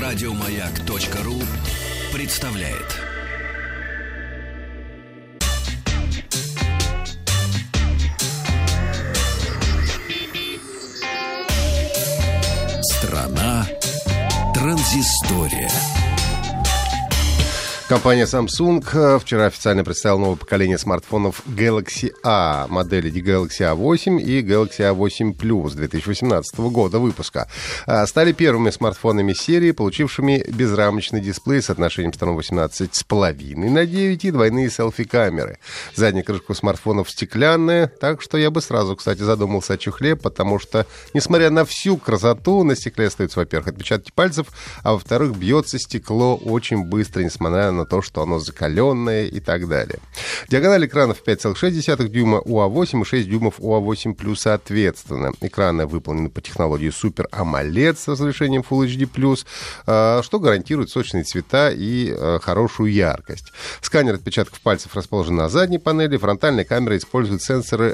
Радиомаяк.ру представляет. Страна транзистория. Компания Samsung вчера официально представила новое поколение смартфонов Galaxy A, модели Galaxy A8 и Galaxy A8 Plus 2018 года выпуска. Стали первыми смартфонами серии, получившими безрамочный дисплей с отношением сторон 18,5:9 и двойные селфи-камеры. Задняя крышка у смартфонов стеклянная, так что я бы сразу, кстати, задумался о чехле, потому что, несмотря на всю красоту, на стекле остаются, во-первых, отпечатки пальцев, а во-вторых, бьется стекло очень быстро, несмотря на то, что оно закаленное и так далее. Диагональ экранов 5,6 дюйма у А8 и 6 дюймов у А8 Plus соответственно. Экраны выполнены по технологии Super AMOLED с разрешением Full HD+, что гарантирует сочные цвета и хорошую яркость. Сканер отпечатков пальцев расположен на задней панели. Фронтальная камера использует сенсоры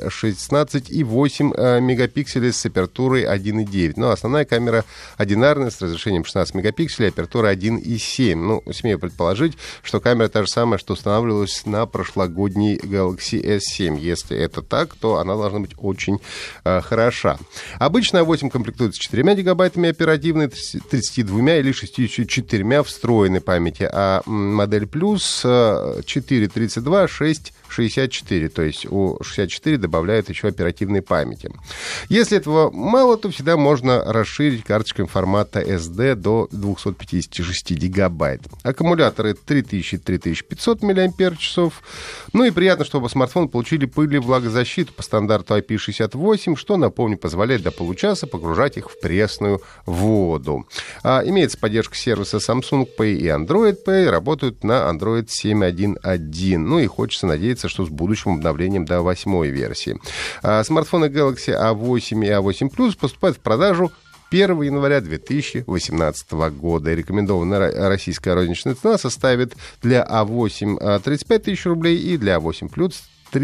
16,8 мегапикселей с апертурой 1,9. Но основная камера одинарная с разрешением 16 мегапикселей, апертура 1,7. Ну, смею предположить, что камера та же самая, что устанавливалась на прошлогодней Galaxy S7. Если это так, то она должна быть очень хороша. Обычно A8 комплектуется 4 гигабайтами оперативной, 32 или 64 встроенной памяти, а модель Plus 4, 32, 6, 64, то есть у 64 добавляют еще оперативной памяти. Если этого мало, то всегда можно расширить карточками формата SD до 256 гигабайт. Аккумуляторы 3000-3500 мАч. Ну и приятно, что оба смартфона получили пыль и влагозащиту по стандарту IP68, что, напомню, позволяет до получаса погружать их в пресную воду. Имеется поддержка сервиса Samsung Pay и Android Pay, работают на Android 7.1.1. Ну и хочется надеяться, что с будущим обновлением до 8-й версии. Смартфоны Galaxy A8 и A8 Plus поступают в продажу 1 января 2018 года. И рекомендованная российская розничная цена составит для A8 35 тысяч рублей и для A8 Plus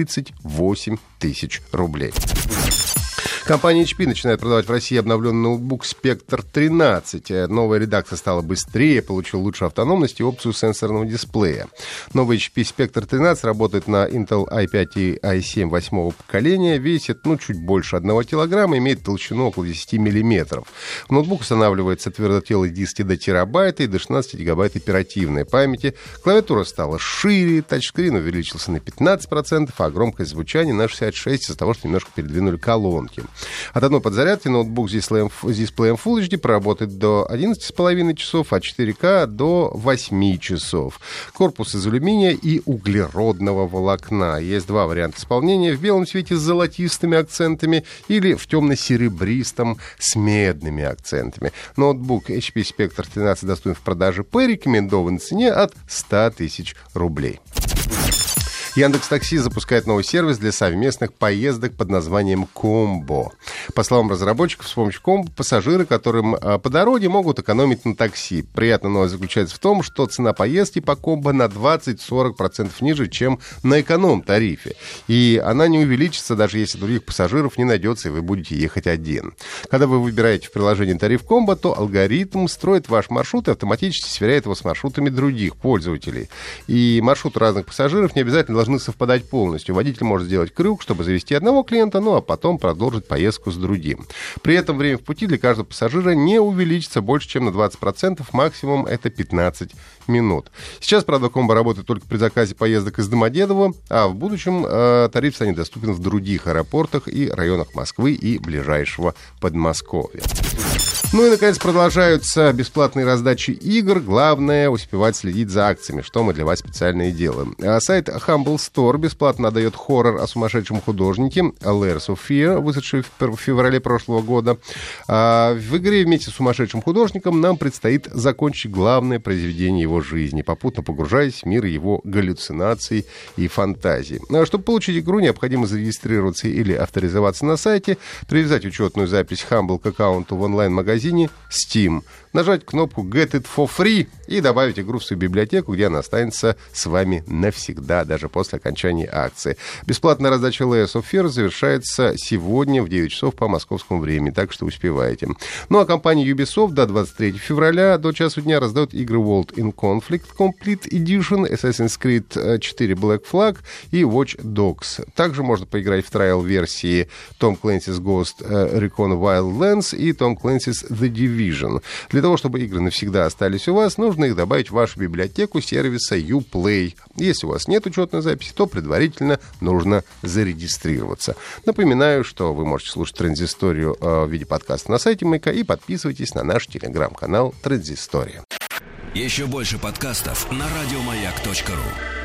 38 тысяч рублей. Компания HP начинает продавать в России обновленный ноутбук Spectre 13. Новая редакция стала быстрее, получил лучшую автономность и опцию сенсорного дисплея. Новый HP Spectre 13 работает на Intel i5 и i7 8-го поколения, весит чуть больше 1 килограмма, имеет толщину около 10 миллиметров. В ноутбук устанавливается твердотелый диск до терабайта и до 16 гигабайт оперативной памяти. Клавиатура стала шире, тачскрин увеличился на 15%, а громкость звучания на 66% из-за того, что немножко передвинули колонки. От одной подзарядки ноутбук с дисплеем Full HD проработает до 11,5 часов, а 4К до 8 часов. Корпус из алюминия и углеродного волокна. Есть два варианта исполнения: в белом цвете с золотистыми акцентами или в темно-серебристом с медными акцентами. Ноутбук HP Spectre 13 доступен в продаже по рекомендованной цене от 100 тысяч рублей. Яндекс.Такси запускает новый сервис для совместных поездок под названием «Комбо». По словам разработчиков, с помощью «Комбо» пассажиры, которым по дороге, могут экономить на такси. Приятная новость заключается в том, что цена поездки по «Комбо» на 20-40% ниже, чем на эконом-тарифе. И она не увеличится, даже если других пассажиров не найдется, и вы будете ехать один. Когда вы выбираете в приложении тариф «Комбо», то алгоритм строит ваш маршрут и автоматически сверяет его с маршрутами других пользователей. И маршруты разных пассажиров не обязательно должны совпадать полностью. Водитель может сделать крюк, чтобы завести одного клиента, а потом продолжить поездку с другим. При этом время в пути для каждого пассажира не увеличится больше, чем на 20%, максимум это 15 минут. Сейчас, правда, «Комбо» работает только при заказе поездок из Домодедово, а в будущем тариф станет доступен в других аэропортах и районах Москвы и ближайшего Подмосковья. Ну и, наконец, продолжаются бесплатные раздачи игр. Главное — успевать следить за акциями, что мы для вас специально и делаем. Сайт Humble Store бесплатно отдает хоррор о сумасшедшем художнике Layers of Fear, вышедший в феврале прошлого года. В игре вместе с сумасшедшим художником нам предстоит закончить главное произведение его жизни, попутно погружаясь в мир его галлюцинаций и фантазий. Чтобы получить игру, необходимо зарегистрироваться или авторизоваться на сайте, привязать учетную запись Humble к аккаунту в онлайн-магазине магазине Steam. Нажать кнопку Get It for Free и добавить игру в свою библиотеку, где она останется с вами навсегда, даже после окончания акции. Бесплатная раздача Layers of Fear завершается сегодня в 9 часов по московскому времени, так что успеваете. Ну а компания Ubisoft до 23 февраля до часу дня раздает игры World in Conflict Complete Edition, Assassin's Creed 4 Black Flag и Watch Dogs. Также можно поиграть в трайл-версии Tom Clancy's Ghost Recon Wildlands и Tom Clancy's The Division. Для того, чтобы игры навсегда остались у вас, нужно их добавить в вашу библиотеку сервиса Uplay. Если у вас нет учетной записи, то предварительно нужно зарегистрироваться. Напоминаю, что вы можете слушать Транзисторию в виде подкаста на сайте Маяка и подписывайтесь на наш телеграм-канал Транзистория. Еще больше подкастов на радиомаяк.ру.